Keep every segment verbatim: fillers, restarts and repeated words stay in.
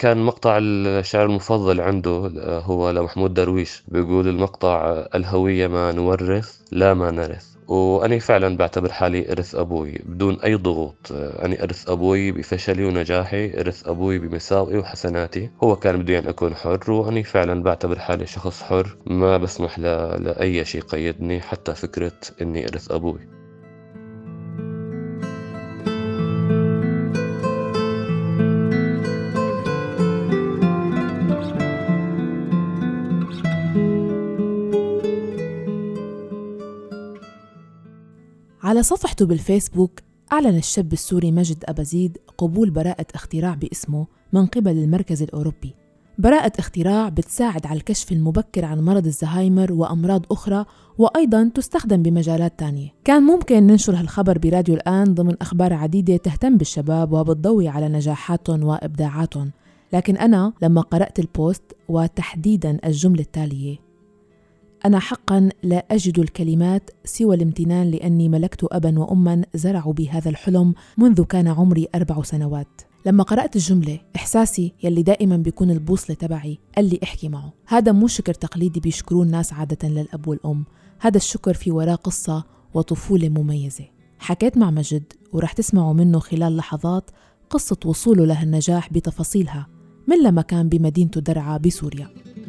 كان مقطع الشعر المفضل عنده هو لمحمود درويش، بيقول المقطع: الهوية ما نورث لا ما نرث. وأنا فعلا بعتبر حالي إرث أبوي بدون أي ضغوط. أنا إرث أبوي بفشلي ونجاحي، إرث أبوي بمساوئي وحسناتي. هو كان بده يعني أكون حر، وأنا فعلا بعتبر حالي شخص حر، ما بسمح ل... لأي شيء قيدني، حتى فكرة إني إرث أبوي. على صفحته بالفيسبوك أعلن الشاب السوري مجد أبازيد قبول براءة اختراع باسمه من قبل المركز الأوروبي. براءة اختراع بتساعد على الكشف المبكر عن مرض الزهايمر وأمراض أخرى، وأيضاً تستخدم بمجالات تانية. كان ممكن ننشر هالخبر براديو الآن ضمن أخبار عديدة تهتم بالشباب وبتضوي على نجاحاتهم وإبداعاتهم، لكن أنا لما قرأت البوست وتحديداً الجملة التالية: أنا حقاً لا أجد الكلمات سوى الامتنان لأني ملكت أباً وأماً زرعوا بي هذا الحلم منذ كان عمري أربع سنوات. لما قرأت الجملة إحساسي يلي دائماً بيكون البوصلة تبعي قال لي احكي معه. هذا مو شكر تقليدي بيشكرون الناس عادة للأب والأم، هذا الشكر في وراء قصة وطفولة مميزة. حكيت مع مجد ورح تسمعوا منه خلال لحظات قصة وصوله لهالنجاح بتفاصيلها من لما كان بمدينته درعا بسوريا.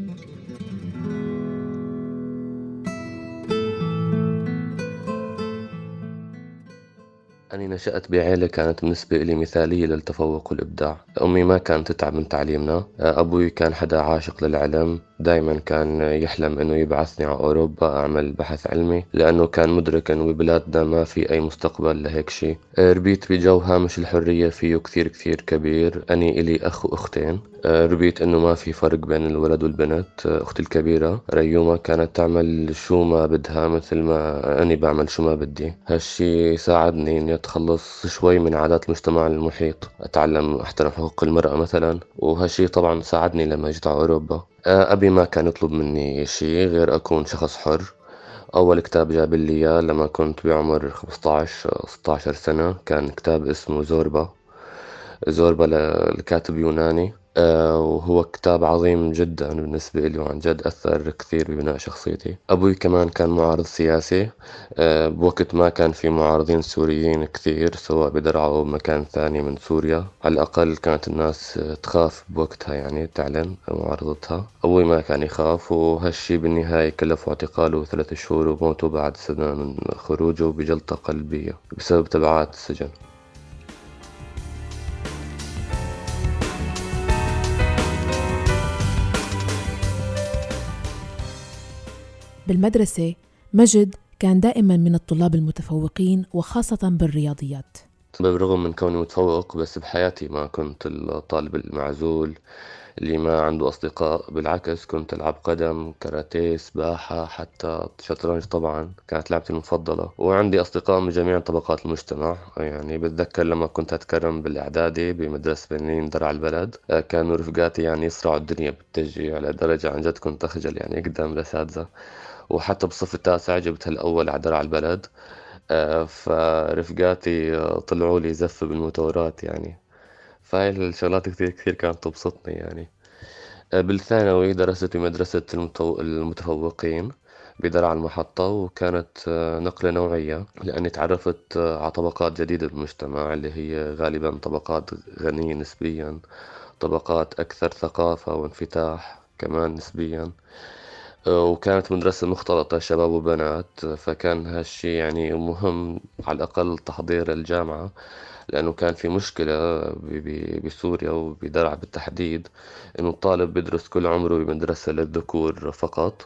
أنا نشأت بعائلة كانت بالنسبة لي مثالية للتفوق والإبداع. أمي ما كانت تتعب من تعليمنا، أبوي كان حدا عاشق للعلم، دايما كان يحلم أنه يبعثني على أوروبا أعمل بحث علمي، لأنه كان مدرك أنه ببلادنا ما في أي مستقبل لهيك شيء. ربيت بجو هامش الحرية فيه كثير كثير كبير. أني إلي أخ وأختين. ربيت أنه ما في فرق بين الولد والبنت. أختي الكبيرة ريومة كانت تعمل شو ما بدها مثل ما أني بعمل شو ما بدي. هالشي ساعدني إني أتخلص شوي من عادات المجتمع المحيط، أتعلم أحترم حقوق المرأة مثلا، وهالشي طبعا ساعدني لما جيت على أوروبا. أبي ما كان يطلب مني شي غير أكون شخص حر. أول كتاب جاب لي إياه لما كنت بعمر خمسطعش ستاشر سنة كان كتاب اسمه زوربا. زوربا لكاتب يوناني، آه وهو كتاب عظيم جدا بالنسبة لي، وعن جد أثر كثير ببناء شخصيتي. أبوي كمان كان معارض سياسي، آه بوقت ما كان في معارضين سوريين كثير سواء بدرعا أو بمكان ثاني من سوريا. على الأقل كانت الناس تخاف بوقتها يعني تعلن معارضتها. أبوي ما كان يخاف، وهالشي بالنهاية كلفه اعتقاله ثلاث شهور وموته بعد سنة من خروجه بجلطة قلبية بسبب تبعات السجن. بالمدرسة مجد كان دائماً من الطلاب المتفوقين وخاصة بالرياضيات. بالرغم من كوني متفوق، بس بحياتي ما كنت الطالب المعزول اللي ما عنده أصدقاء. بالعكس كنت ألعب قدم، كاراتيه، سباحة، حتى شطرنج طبعا كانت لعبتي المفضلة. وعندي أصدقاء من جميع طبقات المجتمع. يعني بتذكر لما كنت أتكرم بالإعدادي بمدرسة بنين درع البلد، كانوا رفقاتي يعني يصرعوا الدنيا بالتشجيع، على درجة عن جد كنت أخجل يعني قدام الأساتذة. وحتى بالصف التاسع جبت هالأول على درع البلد. آه، فرفقاتي آه، طلعوا لي زفة بالموتورات يعني. فهاي الشغلات كثير كثير كانت تبسطني يعني. آه، بالثانوي درست بمدرسة المتو... المتفوقين بدرعا المحطة، وكانت آه، نقلة نوعية لأني تعرفت آه، على طبقات جديدة بالمجتمع اللي هي غالبا طبقات غنية نسبيا، طبقات أكثر ثقافة وانفتاح كمان نسبيا. وكانت مدرسة مختلطة شباب وبنات، فكان هالشي يعني مهم على الأقل تحضير الجامعة، لأنه كان في مشكلة ب- ب- بسوريا وبدرعا بالتحديد إنه الطالب بيدرس كل عمره بمدرسة للذكور فقط،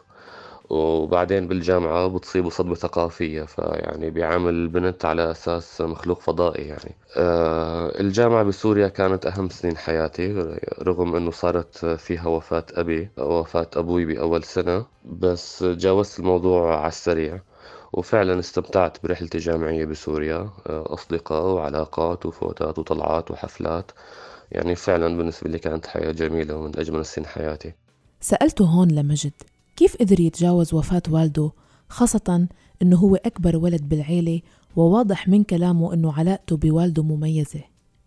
وبعدين بالجامعة بتصيبه صدمة ثقافية، فيعني بيعامل البنت على أساس مخلوق فضائي يعني. آه، الجامعة بسوريا كانت أهم سنين حياتي، رغم أنه صارت فيها وفاة أبي وفاة أبوي بأول سنة، بس جاوزت الموضوع على السريع. وفعلا استمتعت برحلتي الجامعية بسوريا، آه، أصدقاء وعلاقات وفوتات وطلعات وحفلات. يعني فعلا بالنسبة لي كانت حياة جميلة ومن أجمل سنين حياتي. سألته هون لمجد كيف قدر يتجاوز وفاة والده، خاصة إنه هو أكبر ولد بالعيلة وواضح من كلامه إنه علاقته بوالده مميزة.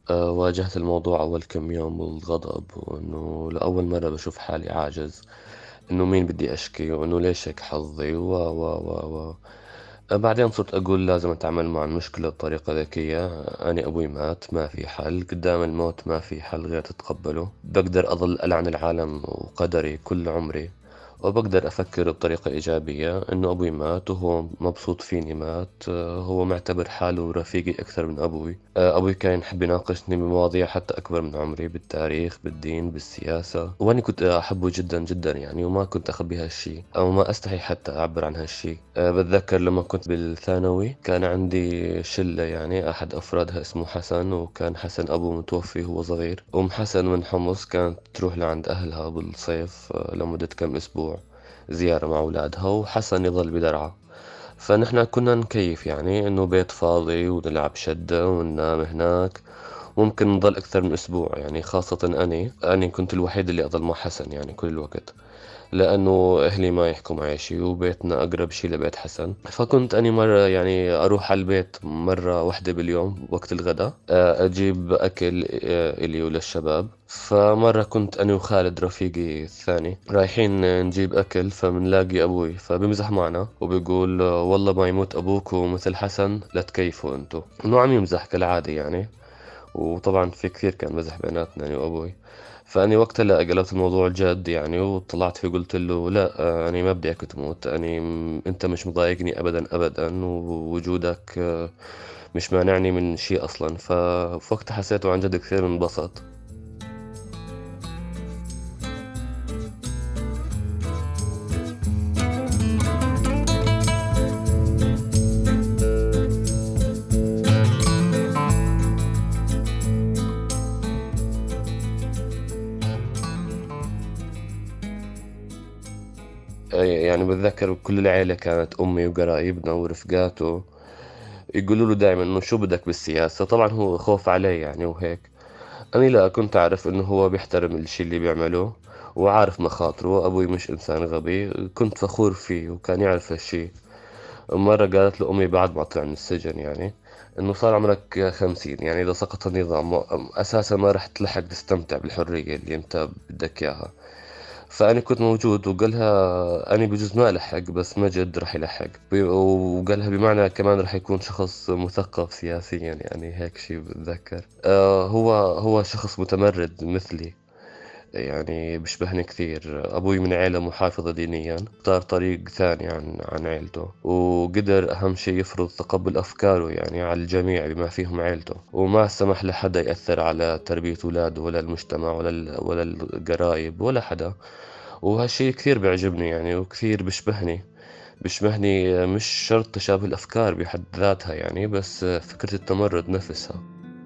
آه، واجهت الموضوع أول كم يوم بالغضب، وإنه لأول مرة بشوف حالي عاجز، إنه مين بدي أشكي، وإنه ليش هيك حظي و و و و آه، بعدين صرت أقول لازم أتعامل مع المشكلة بطريقة ذكية. أنا أبوي مات، ما في حل قدام الموت، ما في حل غير تتقبله. بقدر أظل ألعن العالم وقدري كل عمري، وبقدر أفكر بطريقة إيجابية إنه أبوي مات وهو مبسوط فيني مات. آه، هو معتبر حاله رفيقي أكثر من أبوي. آه، أبوي كان يحب يناقشني بمواضيع حتى أكبر من عمري، بالتاريخ، بالدين، بالسياسة، وأنا كنت أحبه جدا جدا يعني، وما كنت أخبي هالشي أو ما أستحي حتى أعبر عن هالشي. أه بتذكر لما كنت بالثانوي كان عندي شلة، يعني أحد أفرادها اسمه حسن، وكان حسن أبوه متوفي وهو صغير. أم حسن من حمص كانت تروح لعند أهلها بالصيف آه، لمدة كم أسبوع زيارة مع أولادها، وحسن يظل بدرعا. فنحن كنا نكيف يعني إنه بيت فاضي ونلعب شدة وننام هناك. ممكن نضل أكثر من أسبوع يعني، خاصة أني أني كنت الوحيد اللي أضل مع حسن يعني كل الوقت، لأنه أهلي ما يحكوا معي شي، وبيتنا أقرب شي لبيت حسن. فكنت أني مرة يعني أروح على البيت مرة واحدة باليوم وقت الغداء، آه، أجيب أكل آه، إلي وللشباب. فمرة كنت أنا وخالد رفيقي الثاني رايحين نجيب أكل، فمنلاقي أبوي فبمزح معنا وبيقول آه، والله ما يموت أبوكوا مثل حسن لا تكيفوا أنتو، إنه عم يمزح كالعادة يعني. وطبعا في كثير كان مزح بيناتنا أنا وأبوي. فأني وقتها لا قلبت الموضوع جد يعني، وطلعت فيه قلت له لا، آه، أنا ما بدي إياك تموت، أني م- أنت مش مضايقني أبدا أبدا، ووجودك آه، مش مانعني من شيء أصلا. ففي وقتها حسيته عن جد كثير انبسط. آه، يعني بتذكر كل العيلة كانت أمي وقرايبنا ورفقاته يقولوا له دائما إنه شو بدك بالسياسة. طبعا هو خوف علي يعني وهيك. أنا لا كنت أعرف إنه هو بيحترم الشي اللي بيعمله وعارف مخاطره. أبوي مش إنسان غبي، كنت فخور فيه وكان يعرف هالشي. مرة قالت له أمي بعد ما طلع من السجن يعني إنه صار عمرك خمسين، يعني إذا سقط النظام أساسا ما رح تلحق تستمتع بالحرية اللي أنت بدك إياها. فأنا كنت موجود وقالها أنا بجوز ما ألحق بس مجد رح يلحق، بي- وقالها بمعنى كمان رح يكون شخص مثقف سياسيا، يعني هيك شي بتذكر. آه هو هو شخص متمرد مثلي يعني، بيشبهني كثير. أبوي من عيلة محافظة دينيا، اختار طريق ثاني عن عن عيلته، وقدر أهم شيء يفرض تقبل أفكاره يعني على الجميع بما فيهم عيلته، وما سمح لحدا يأثر على تربية أولاده ولا المجتمع ولا ال- ولا القرايب ولا حدا. وهالشي كثير بيعجبني يعني وكثير بيشبهني. بيشبهني مش شرط تشابه الأفكار بحد ذاتها يعني، بس فكرة التمرد نفسها.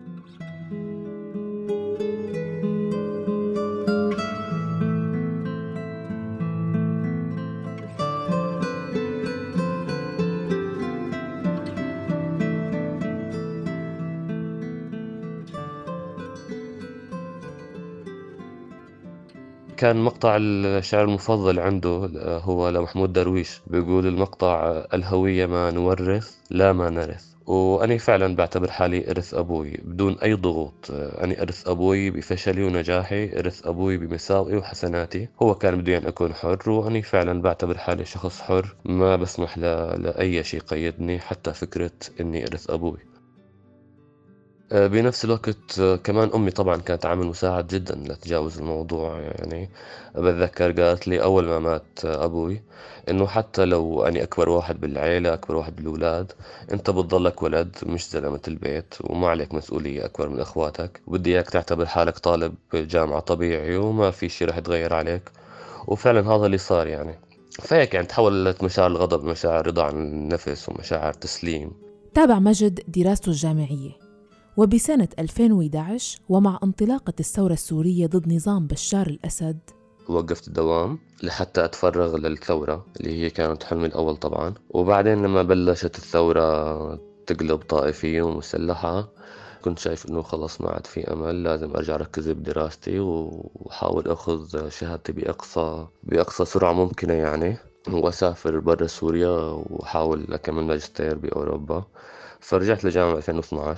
كان مقطع الشعر المفضل عنده آه، هو لمحمود درويش، بيقول المقطع آه، الهوية ما نورث لا ما نرث. وأنا فعلا بعتبر حالي إرث أبوي بدون أي ضغوط. آه، أنا إرث أبوي بفشلي ونجاحي، إرث أبوي بمساوئي وحسناتي. هو كان بده يعني أكون حر، وأنا فعلا بعتبر حالي شخص حر، ما بسمح ل... لأي شيء يقيدني، حتى فكرة إني إرث أبوي. آه، بنفس الوقت آه، كمان أمي طبعا كانت عامل مساعد جدا لتجاوز الموضوع يعني. بتذكر قالت لي أول ما مات آه، أبوي إنه حتى لو أنا أكبر واحد بالعيلة، أكبر واحد بالأولاد، أنت بتضلك ولد مش زلمة البيت، وما عليك مسؤولية أكبر من أخواتك، وبدي إياك تعتبر حالك طالب جامعة طبيعي، وما في شي رح يتغير عليك. وفعلا هذا اللي صار يعني. فهيك يعني تحولت مشاعر الغضب مشاعر رضا عن النفس ومشاعر تسليم. تابع مجد دراسته الجامعية، وبسنة ألفين وإحدى عشر ومع انطلاقة الثورة السورية ضد نظام بشار الأسد وقفت الدوام لحتى أتفرغ للثورة اللي هي كانت حلمي الأول طبعا. وبعدين لما بلشت الثورة تقلب طائفية ومسلحة، كنت شايف إنه خلص ما عاد في أمل، لازم أرجع أركز بدراستي وأحاول أخذ شهادتي بأقصى بأقصى سرعة ممكنة يعني، وأسافر برا سوريا وأحاول أكمل ماجستير بأوروبا. فرجعت لجامعة ألفين واثناشر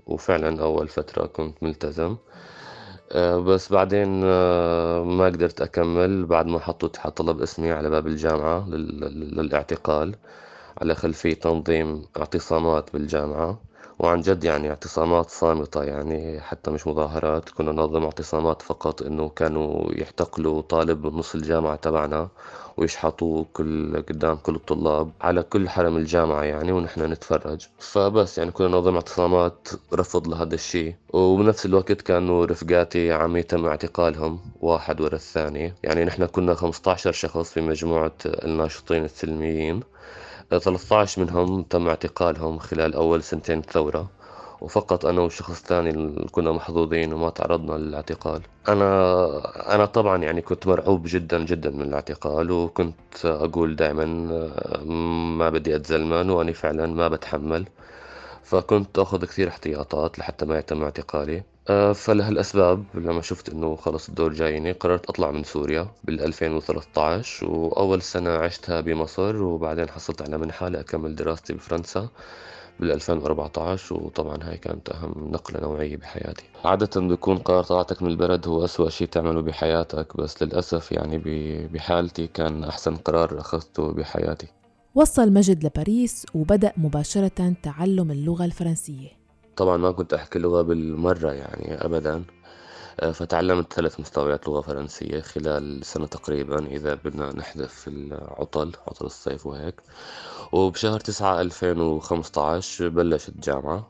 وفعلا أول فترة كنت ملتزم. آه، بس بعدين آه، ما قدرت أكمل بعد ما حطوا اتحاد طلب اسمي على باب الجامعة لل- لل- للاعتقال، على خلفية تنظيم اعتصامات بالجامعة. وعن جد يعني اعتصامات صامتة، يعني حتى مش مظاهرات، كنا ننظم اعتصامات فقط إنه كانوا يحتقلوا طالب من نص الجامعة تبعنا ويشحطوه كل قدام كل الطلاب على كل حرم الجامعة يعني، ونحن نتفرج. فبس يعني كنا ننظم اعتصامات رفض لهذا الشيء. وبنفس الوقت كانوا رفقاتي عم يتم اعتقالهم واحد ورا الثاني. يعني نحن كنا خمسة عشر شخص في مجموعة الناشطين السلميين، ثلاثة عشر منهم تم اعتقالهم خلال أول سنتين ثورة، وفقط أنا والشخص الثاني اللي كنا محظوظين وما تعرضنا للاعتقال. أنا أنا طبعا يعني كنت مرعوب جدا جدا من الاعتقال، وكنت أقول دائما آه، ما بدي أتزلمن، وأني فعلا ما بتحمل. فكنت أخذ كثير احتياطات لحتى ما يتم اعتقالي. آه، فلهالأسباب لما شفت إنه خلص الدور جايني قررت أطلع من سوريا بال ألفين وثلاثة عشر. وأول سنة عشتها بمصر، وبعدين حصلت على منحة لأكمل دراستي بفرنسا بال ألفين وأربعة عشر. وطبعا هاي كانت أهم نقلة نوعية بحياتي. عادة بيكون قرار طلعتك من البلد هو أسوأ شيء تعمله بحياتك، بس للأسف يعني ب- بحالتي كان أحسن قرار أخذته بحياتي. وصل مجد لباريس وبدأ مباشرة تعلم اللغة الفرنسية. طبعا ما كنت أحكي لغة بالمرة يعني أبدا. آه، فتعلمت ثلاث مستويات لغة فرنسية خلال سنة تقريبا، إذا بدنا نحذف العطل عطل الصيف وهيك. وبشهر تسعة ألفين وخمسة عشر بلشت جامعة.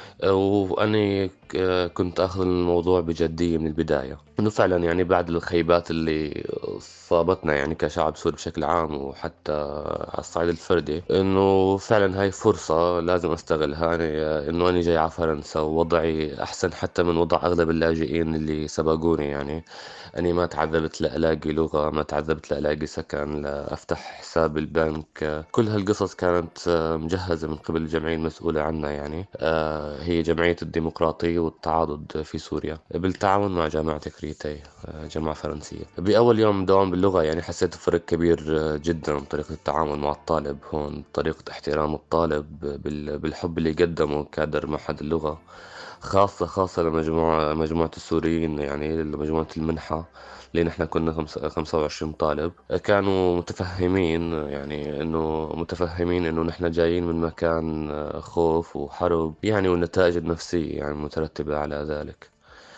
وأني ك- كنت أخذ الموضوع بجدية من البداية، إنه فعلا يعني بعد الخيبات اللي صابتنا يعني كشعب سوري بشكل عام، وحتى على الصعيد الفردي، إنه فعلا هاي فرصة لازم أستغلها. يعني إنه أنا جاي على فرنسا ووضعي أحسن حتى من وضع أغلب اللاجئين اللي سبقوني يعني. أني ما تعذبت لألاقي لغة، ما تعذبت لألاقي سكن، لأفتح حساب البنك. كل هالقصص كانت آه، مجهزة من قبل الجمعية المسؤولة عنا يعني. آه، هي جمعية الديمقراطية والتعاضد في سوريا بالتعاون مع جامعة كريتي، آه، جامعة فرنسية. بأول يوم دوام باللغة يعني حسيت بفرق كبير آه، جدا، طريقة التعامل مع الطالب هون، طريقة احترام الطالب بال- بالحب اللي قدمه كادر معهد اللغة، خاصة خاصة لمجموعة مجموعة السوريين يعني لمجموعة المنحة، اللي نحن كنا خمسة خمسة وعشرين طالب. كانوا متفهمين يعني إنه متفهمين إنه نحن جايين من مكان آه، خوف وحرب يعني، والنتائج النفسية يعني مترتبة على ذلك.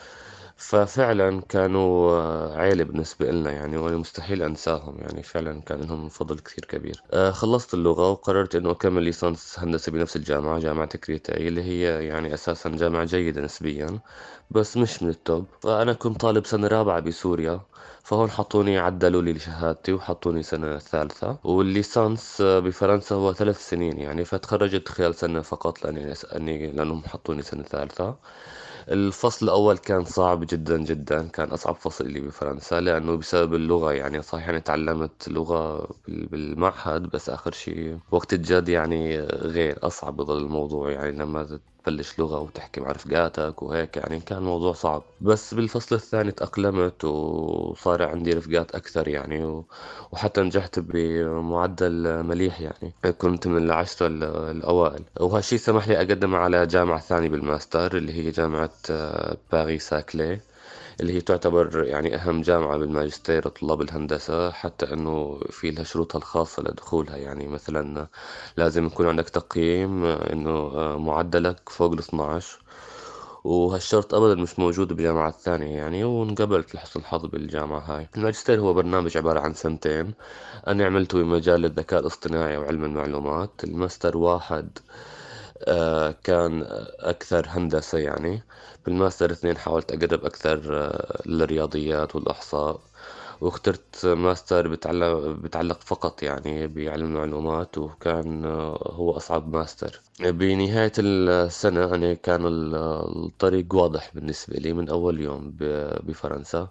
ففعلا كانوا آه، عيلة بالنسبة لنا يعني، وأنا مستحيل أنساهم يعني. فعلا كان لهم فضل كثير كبير. آه، خلصت اللغة وقررت إنه أكمل ليسانس هندسة بنفس الجامعة، جامعة كريتاي، اللي هي يعني أساسا جامعة جيدة نسبيا بس مش من التوب. فأنا كنت طالب سنة رابعة بسوريا، فهون حطوني عدلوا لي شهادتي وحطوني سنة ثالثة. والليسانس آه، بفرنسا هو ثلاث سنين يعني، فتخرجت خلال سنة فقط لأني لأني لأنهم حطوني سنة ثالثة. الفصل الأول كان صعب جدا جدا، كان أصعب فصل لي بفرنسا لأنه بسبب اللغة يعني. صحيح أنا تعلمت لغة بال- بالمعهد، بس آخر شيء وقت الجد يعني غير أصعب بظل الموضوع يعني، لما تبلش لغة وتحكي مع رفقاتك وهيك يعني كان الموضوع صعب. بس بالفصل الثاني تأقلمت وصار عندي رفقات أكثر يعني، و- وحتى نجحت بمعدل مليح يعني، كنت من العشرة ال- الأوائل. وهالشي سمح لي أقدم على جامعة ثانية بالماستر، اللي هي جامعة آه، باريس ساكلي، اللي هي تعتبر يعني أهم جامعة بالماجستير طلاب الهندسة، حتى أنه في لها شروطها الخاصة لدخولها. يعني مثلا لازم يكون عندك تقييم آه، أنه آه، معدلك فوق ال اثنا عشر، وهالشرط أبدا مش موجود بالجامعات الثانية يعني. وانقبلت لحسن الحظ بالجامعة هاي. الماجستير هو برنامج عبارة عن سنتين، أنا عملته بمجال الذكاء الاصطناعي وعلم المعلومات. الماستر واحد آه، كان أكثر هندسة يعني. بالماستر اثنين حاولت أقرب أكثر آه، للرياضيات والإحصاء. واخترت ماستر بتعلق, بتعلق فقط يعني بعلم المعلومات، وكان آه، هو أصعب ماستر. بنهاية السنة أنا كان ال- الطريق واضح بالنسبة لي من أول يوم ب- بفرنسا،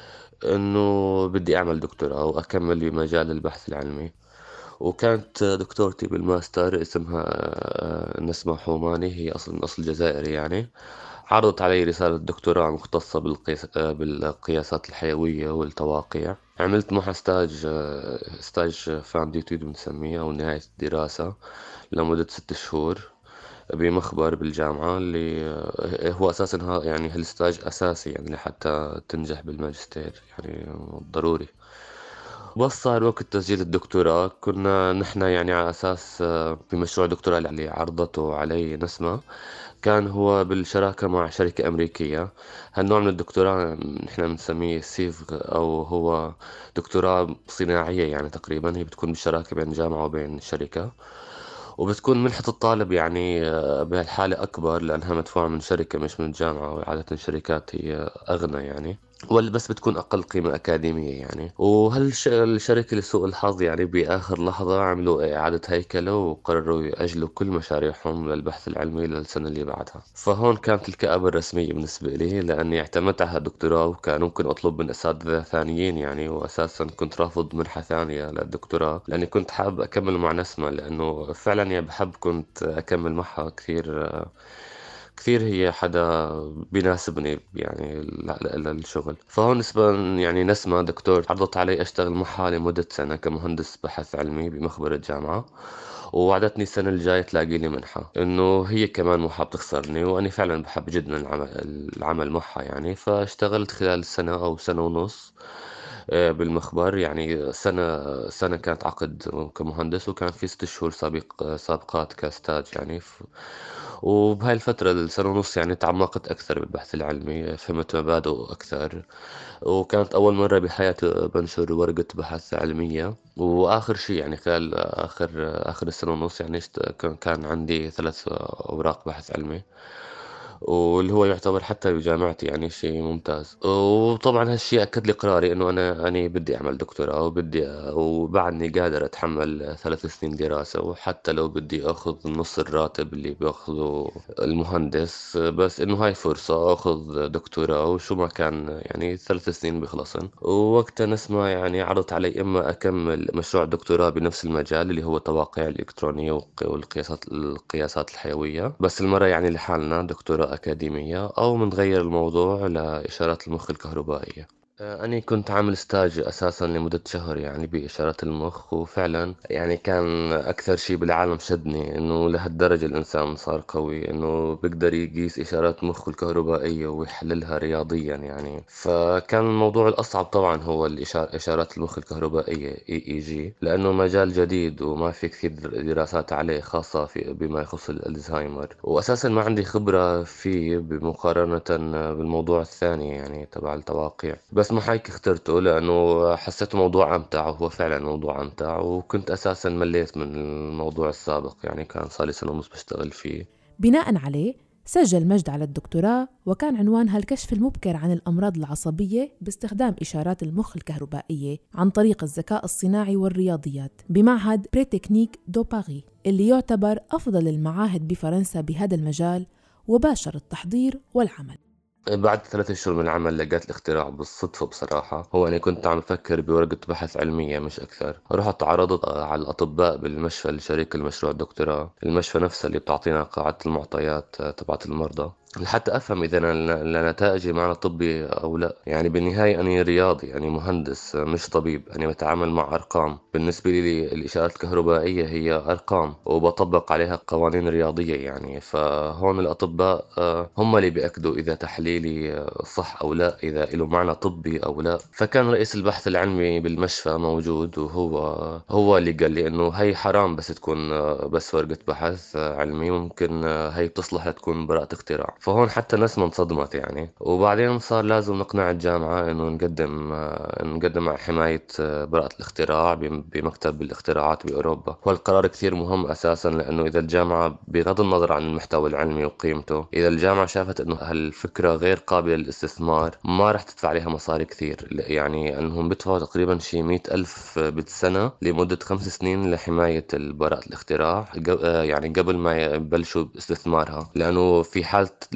إنه بدي أعمل دكتوراه وأكمل بمجال البحث العلمي. وكانت دكتورتي بالماستر اسمها آه، نسمة حوماني، هي أصلا من أصل جزائري يعني. عرضت علي رسالة دكتوراه مختصة بالقياس آه، بالقياسات الحيوية والتواقيع. عملت معها ستاج آه، ستاج فان ديتود بنسميه، أو نهاية الدراسة، لمدة ست شهور. بمخبر بالجامعة اللي آه، هو أساسا ها يعني هالستاج أساسي يعني لحتى تنجح بالماجستير، يعني ضروري. بس صار وقت تسجيل الدكتوراه كنا نحن يعني على أساس آه، في مشروع دكتوراه اللي عرضته علي نسمة، كان هو بالشراكة مع شركة أمريكية. هالنوع من الدكتوراه نحن بنسميه سيفغ، أو هو دكتوراه صناعية يعني تقريبا، هي بتكون بالشراكة بين جامعة وبين شركة، وبتكون منحة الطالب يعني آه، بهالحالة أكبر لأنها مدفوعة من شركة مش من جامعة، وعادة الشركات هي أغنى يعني، ولا بس بتكون أقل قيمة أكاديمية يعني. وهالشركة لسوء الحظ يعني بآخر لحظة عملوا إعادة هيكلة وقرروا يأجلوا كل مشاريعهم للبحث العلمي للسنة اللي بعدها. فهون كانت الكآبة الرسمية بالنسبة لي، لأني اعتمدت على هالدكتوراه وكان ممكن أطلب من أساتذة ثانيين يعني، وأساسا كنت رافض منحة ثانية للدكتوراه لأني كنت حابب أكمل مع نسمة، لأنه فعلا يعني بحب كنت أكمل معها كثير. كثير هي حدا بيناسبني يعني ل- ل- للشغل. فهون نسبة يعني نسمة دكتور عرضت علي أشتغل معها لمدة سنة كمهندس بحث علمي بمخبر الجامعة، ووعدتني السنة الجاية تلاقي لي منحة، إنه هي كمان مو حاب تخسرني، وأنا فعلا بحب جدا العمل, العمل معها يعني. فاشتغلت خلال سنة أو سنة ونص آه، بالمخبر يعني. سنة سنة كانت عقد كمهندس، وكان في ست شهور سابق سابقات كاستاج يعني. ف... وبهاي الفترة السنة ونص يعني تعمقت أكثر بالبحث العلمي، فهمت مبادئه أكثر، وكانت أول مرة بحياتي بنشر ورقة بحث علمية. وآخر شيء يعني خلال آخر آخر السنة ونص يعني اشت- كان كان عندي ثلاث أوراق بحث علمي، واللي هو يعتبر حتى بجامعتي يعني شيء ممتاز. وطبعا هالشيء أكد لي قراري إنه أنا أنا بدي أعمل دكتوراه، وبدي وبعدني قادر أتحمل ثلاث سنين دراسة، وحتى لو بدي أخذ نص الراتب اللي بياخذه المهندس، بس إنه هاي فرصة أخذ دكتوراه وشو ما كان يعني ثلاث سنين بيخلصن. ووقتها نسمع يعني عرضت علي إما أكمل مشروع دكتوراه بنفس المجال اللي هو الطواقع الإلكترونية والق- والقياسات القياسات الحيوية، بس المرة يعني لحالنا دكتوراه أكاديمية، أو منغير الموضوع لإشارات المخ الكهربائية. آه، أنا كنت عامل ستاج أساسا لمدة شهر يعني بإشارات المخ، وفعلا يعني كان أكثر شيء بالعالم شدني إنه لهالدرجة الإنسان صار قوي إنه بيقدر يقيس إشارات مخه الكهربائية ويحللها رياضيا يعني. فكان الموضوع الأصعب طبعا هو الإشار إشارات المخ الكهربائية إي إي جي، لأنه مجال جديد وما في كثير دراسات عليه، خاصة في بما يخص الألزهايمر، وأساسا ما عندي خبرة فيه بمقارنة بالموضوع الثاني يعني تبع التواقيع. بس مع هيك اخترته لأنه حسيته موضوع أمتع، وهو فعلا موضوع أمتع، وكنت أساسا مليت من الموضوع السابق يعني، كان صار لي سنة ونص بشتغل فيه. بناء عليه سجل مجد على الدكتوراه، وكان عنوانها الكشف المبكر عن الأمراض العصبية باستخدام إشارات المخ الكهربائية عن طريق الذكاء الصناعي والرياضيات بمعهد بريتكنيك دو باري، اللي يعتبر أفضل المعاهد بفرنسا بهذا المجال، وباشر التحضير والعمل. بعد ثلاثة أشهر من العمل لقيت الاختراع بالصدفة بصراحة. هو أنا كنت عم بفكر بورقة بحث علمية مش أكثر. رحت عرضت على الأطباء بالمشفى لشريك المشروع الدكتوراه، المشفى نفسها اللي بتعطينا قاعدة المعطيات تبعت المرضى، لحتى أفهم إذا أنا نتائجي معنى طبي أو لا. يعني بالنهاية أنا رياضي يعني مهندس مش طبيب، أنا بتعامل مع أرقام. بالنسبة لي الإشارات الكهربائية هي أرقام وبطبق عليها قوانين رياضية يعني. فهون الأطباء آه، هم اللي بيأكدوا إذا تحليلي آه، صح أو لا، إذا له معنى طبي أو لا. فكان رئيس البحث العلمي بالمشفى موجود، وهو هو اللي قال لي إنه هي حرام بس تكون آه، بس ورقة بحث آه، علمي، ممكن آه، هي بتصلح لتكون براءة اختراع. فهون حتى ناس انصدمت يعني. وبعدين صار لازم نقنع الجامعة إنه نقدم آه، نقدم على حماية آه، براءة الاختراع بم- بمكتب الاختراعات بأوروبا. والقرار كثير مهم أساسا، لأنه إذا الجامعة بغض النظر عن المحتوى العلمي وقيمته، إذا الجامعة شافت إنه هالفكرة غير قابلة للاستثمار ما راح تدفع عليها مصاري كثير. ل- يعني أنهم بدفعوا تقريبا شي مئة ألف بالسنة لمدة خمس سنين لحماية براءة الاختراع، ق- آه، يعني قبل ما يبلشوا باستثمارها. لأنه في حالة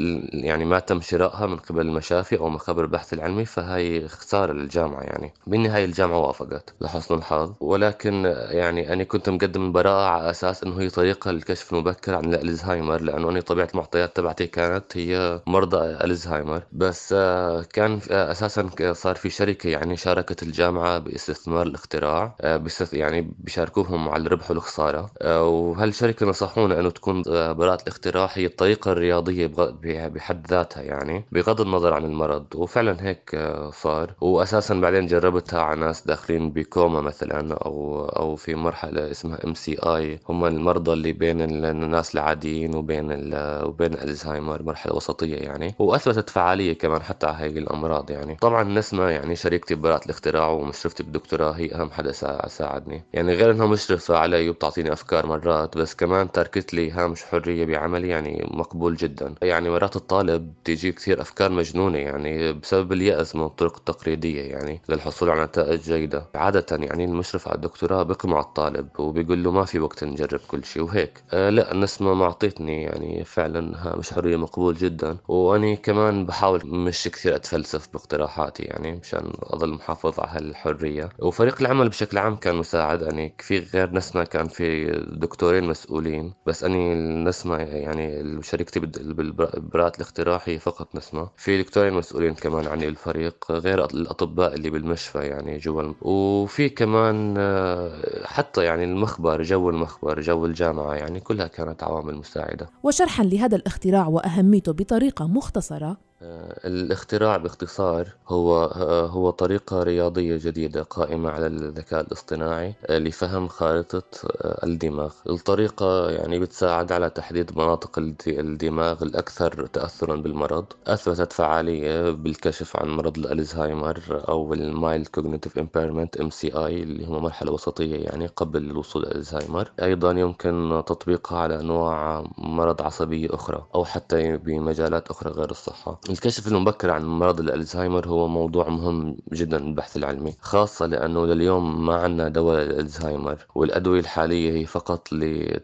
يعني ما تم شرائها من قبل المشافي أو مخابر البحث العلمي، فهي خسارة للجامعة يعني. بالنهاية الجامعة وافقت لحسن الحظ، ولكن يعني أنا كنت مقدم البراءة على أساس إنه هي طريقة للكشف المبكر عن الألزهايمر، لأنه أنا طبيعة المعطيات تبعتي كانت هي مرضى ألزهايمر. بس آه، كان آه، أساسا صار في شركة يعني شاركت الجامعة باستثمار الاختراع، آه، بيست- يعني بيشاركوهم على الربح والخسارة. آه، وهالشركة نصحونا إنه تكون آه، براءة الاختراع هي الطريقة الرياضية بغ- بحد ذاتها، يعني بغض النظر عن المرض. وفعلا هيك آه، صار. وأساسا بعدين جربتها على ناس داخلين بكوما مثلا، أو أو في مرحلة اسمها ام سي اي، هم المرضى اللي بين ال- الناس العاديين وبين ال- وبين الزهايمر، مرحلة وسطية يعني. وأثبتت فعالية كمان حتى على هاي الأمراض يعني. طبعا نسمة يعني شريكتي ببراءة الاختراع ومشرفتي بالدكتوراه هي أهم حدا سا- ساعدني، يعني غير إنها مشرفة علي وبتعطيني أفكار مرات، بس كمان تركت لي هامش حرية بعملي يعني مقبول جدا. يعني مرات الطالب تيجي كثير أفكار مجنونة يعني بسبب اليأس من الطرق التقليدية يعني للحصول على نتائج جيدة. عادة يعني المشرف على الدكتوراه بقمع الطالب وبيقول له ما في وقت نجرب كل شيء وهيك. أه لا، النسمة ما أعطيتني يعني فعلا هامش حرية مقبول جدا. وأني كمان بحاول مش كثير أتفلسف باقتراحاتي يعني مشان أظل محافظ على هالحرية. وفريق العمل بشكل عام كان مساعد يعني. في غير نسمة كان في دكتورين مسؤولين، بس أني النسمة يعني شركتي بال- بالبراءة الاختراع هي فقط نسمة. في دكتورين مسؤولين كمان عن الفريق غير الأطباء اللي بالمشفى يعني جوا الم- وفي كمان آه، حتى يعني المخبر، جو المخبر، جو الجامعة، يعني كلها كانت عوامل مساعدة. وشرحاً لهذا الاختراع وأهميته بطريقة مختصرة. آه، الاختراع باختصار هو آه، هو طريقة رياضية جديدة قائمة على الذكاء الاصطناعي آه، لفهم خارطة آه، الدماغ. الطريقة يعني بتساعد على تحديد مناطق الد- الدماغ الأكثر تأثرا بالمرض. أثبتت فعالية بالكشف عن مرض الألزهايمر أو المايلد كوجنيتيف امبيرمنت ام سي اي، اللي هو مرحلة وسطية يعني قبل الوصول للألزهايمر. أيضا يمكن تطبيقها على أنواع مرض عصبية أخرى أو حتى بمجالات أخرى غير الصحة. الكشف المبكر عن مرض الألزهايمر هو موضوع مهم جدا بالبحث العلمي، خاصة لأنه لليوم ما عندنا دواء للألزهايمر، والأدوية الحالية هي فقط ل...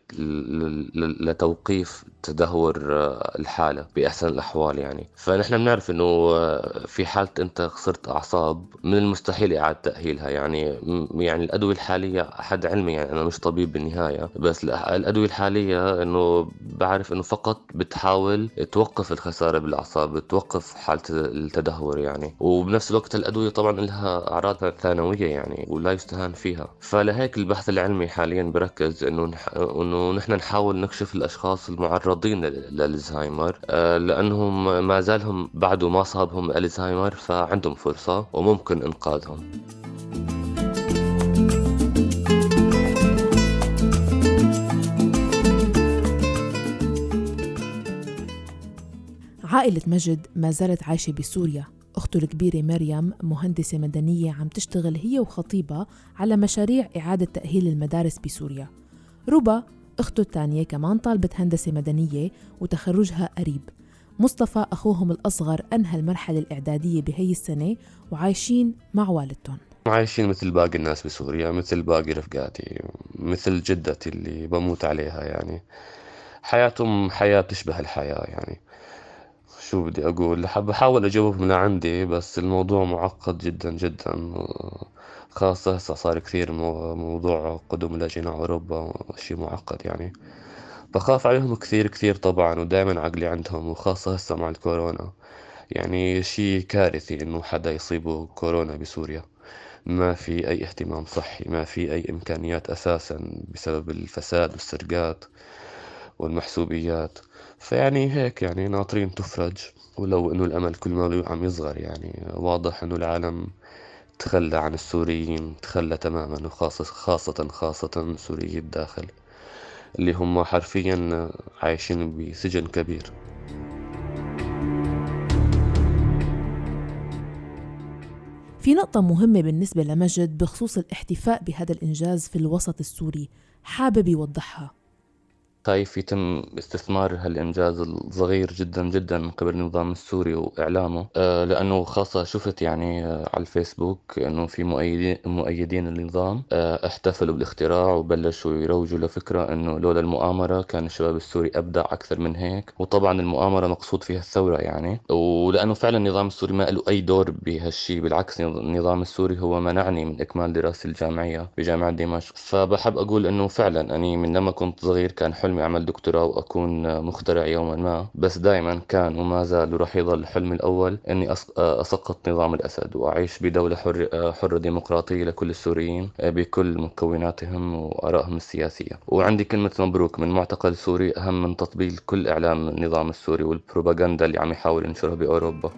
ل... لتوقيف تدهور آه، الحالة بأحسن الأحوال يعني. فنحن بنعرف إنه آه، في حالة أنت خسرت أعصاب من المستحيل إعادة تأهيلها يعني. م- يعني الأدوية الحالية حد علمي، يعني أنا مش طبيب بالنهاية، بس الأ- الأدوية الحالية إنه بعرف إنه فقط بتحاول توقف الخسارة بالأعصاب، توقف حالة التدهور يعني. وبنفس الوقت الأدوية طبعا لها أعراض ثانوية يعني ولا يستهان فيها. فلهيك البحث العلمي حاليا بركز إنه نح... إنه نحن نحاول نكشف الأشخاص المعرضين لل- للألزهايمر، آه، لأنهم ما زالهم بعده ما صابهم الألزهايمر، فعندهم فرصة وممكن إنقاذهم. عائلة مجد ما زالت عايشة بسوريا. أخته الكبيرة مريم مهندسة مدنية عم تشتغل هي وخطيبها على مشاريع إعادة تأهيل المدارس بسوريا. ربا أخته الثانية كمان طالبة هندسة مدنية وتخرجها قريب. مصطفى أخوهم الأصغر أنهى المرحلة الإعدادية بهي السنة وعايشين مع والدتهم. عايشين مثل باقي الناس بسوريا، مثل باقي رفقاتي، مثل جدتي اللي بموت عليها يعني. حياتهم حياة تشبه الحياة يعني. شو بدي أقول، حاب أحاول أجاوب من عندي، بس الموضوع معقد جدا جدا. خاصة هسه صار كثير مو- موضوع قدوم اللاجئين على أوروبا شيء معقد يعني. بخاف عليهم كثير كثير طبعا، ودائما عقلي عندهم، وخاصة هسه مع الكورونا. يعني شيء كارثي إنه حدا يصيبه كورونا بسوريا. ما في أي اهتمام صحي، ما في أي إمكانيات أساسا بسبب الفساد والسرقات والمحسوبيات. فيعني هيك يعني ناطرين تفرج. ولو إنه الأمل كل ما عم يصغر يعني. واضح إنه العالم تخلى عن السوريين، تخلى تماما، وخاصة خاصة خاصة سوريي الداخل اللي هم حرفيا عايشين بسجن كبير. في نقطة مهمة بالنسبة لمجد بخصوص الاحتفاء بهذا الإنجاز في الوسط السوري، حابب يوضحها. خايف يتم استثمار هالإنجاز الصغير جدا جدا من قبل النظام السوري وإعلامه، آه، لأنه خاصة شفت يعني آه، على الفيسبوك إنه في مؤيدين مؤيدين النظام آه، احتفلوا بالاختراع وبلشوا يروجوا لفكرة إنه لولا المؤامرة كان الشباب السوري أبدع أكثر من هيك. وطبعا المؤامرة مقصود فيها الثورة يعني، ولأنه فعلا النظام السوري ما له أي دور بهالشي، بالعكس النظام السوري هو منعني من إكمال دراستي الجامعية بجامعة دمشق. فبحب أقول إنه فعلا أني من لما كنت صغير كان حلمي أعمل دكتوراه وأكون مخترع يوما ما، بس دائما كان وما زال ورح يظل حلمي الأول إني أس- أسقط نظام الأسد وأعيش بدولة حر حرة ديمقراطية لكل السوريين بكل مكوناتهم وآرائهم السياسية. وعندي كلمة مبروك من معتقل سوري أهم من تطبيل كل إعلام النظام السوري والبروباغندا اللي عم يحاول ينشرها بأوروبا.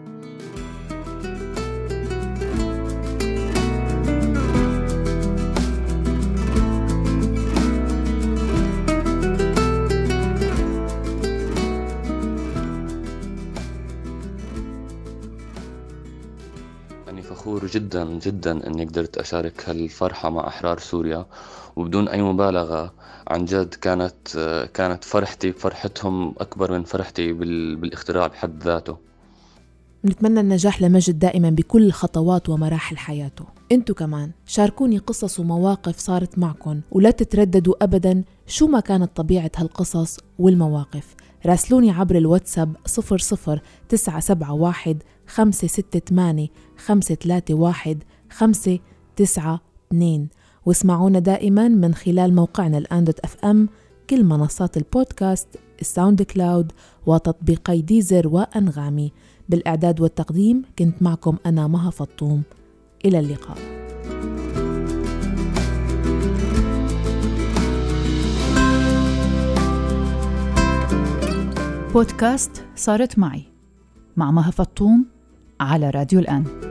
أنا فخور جدا جدا أني قدرت أشارك هالفرحة مع أحرار سوريا، وبدون أي مبالغة عن جد كانت كانت فرحتي بفرحتهم أكبر من فرحتي بال... بالاختراع بحد ذاته. نتمنى النجاح لمجد دائما بكل خطوات ومراحل حياته. انتو كمان شاركوني قصص ومواقف صارت معكم، ولا تترددوا أبدا شو ما كانت طبيعة هالقصص والمواقف. راسلوني عبر الواتساب صفر صفر تسعة سبعة واحد خمسة ستة ثمانية خمسة ثلاثة واحد خمسة تسعة اثنين، واسمعونا دائما من خلال موقعنا الآن دوت اف ام، كل منصات البودكاست، الساوند كلاود، وتطبيقي ديزر وأنغامي. بالإعداد والتقديم كنت معكم أنا مها فطوم. إلى اللقاء. بودكاست صارت معي مع مها فطوم على راديو الآن.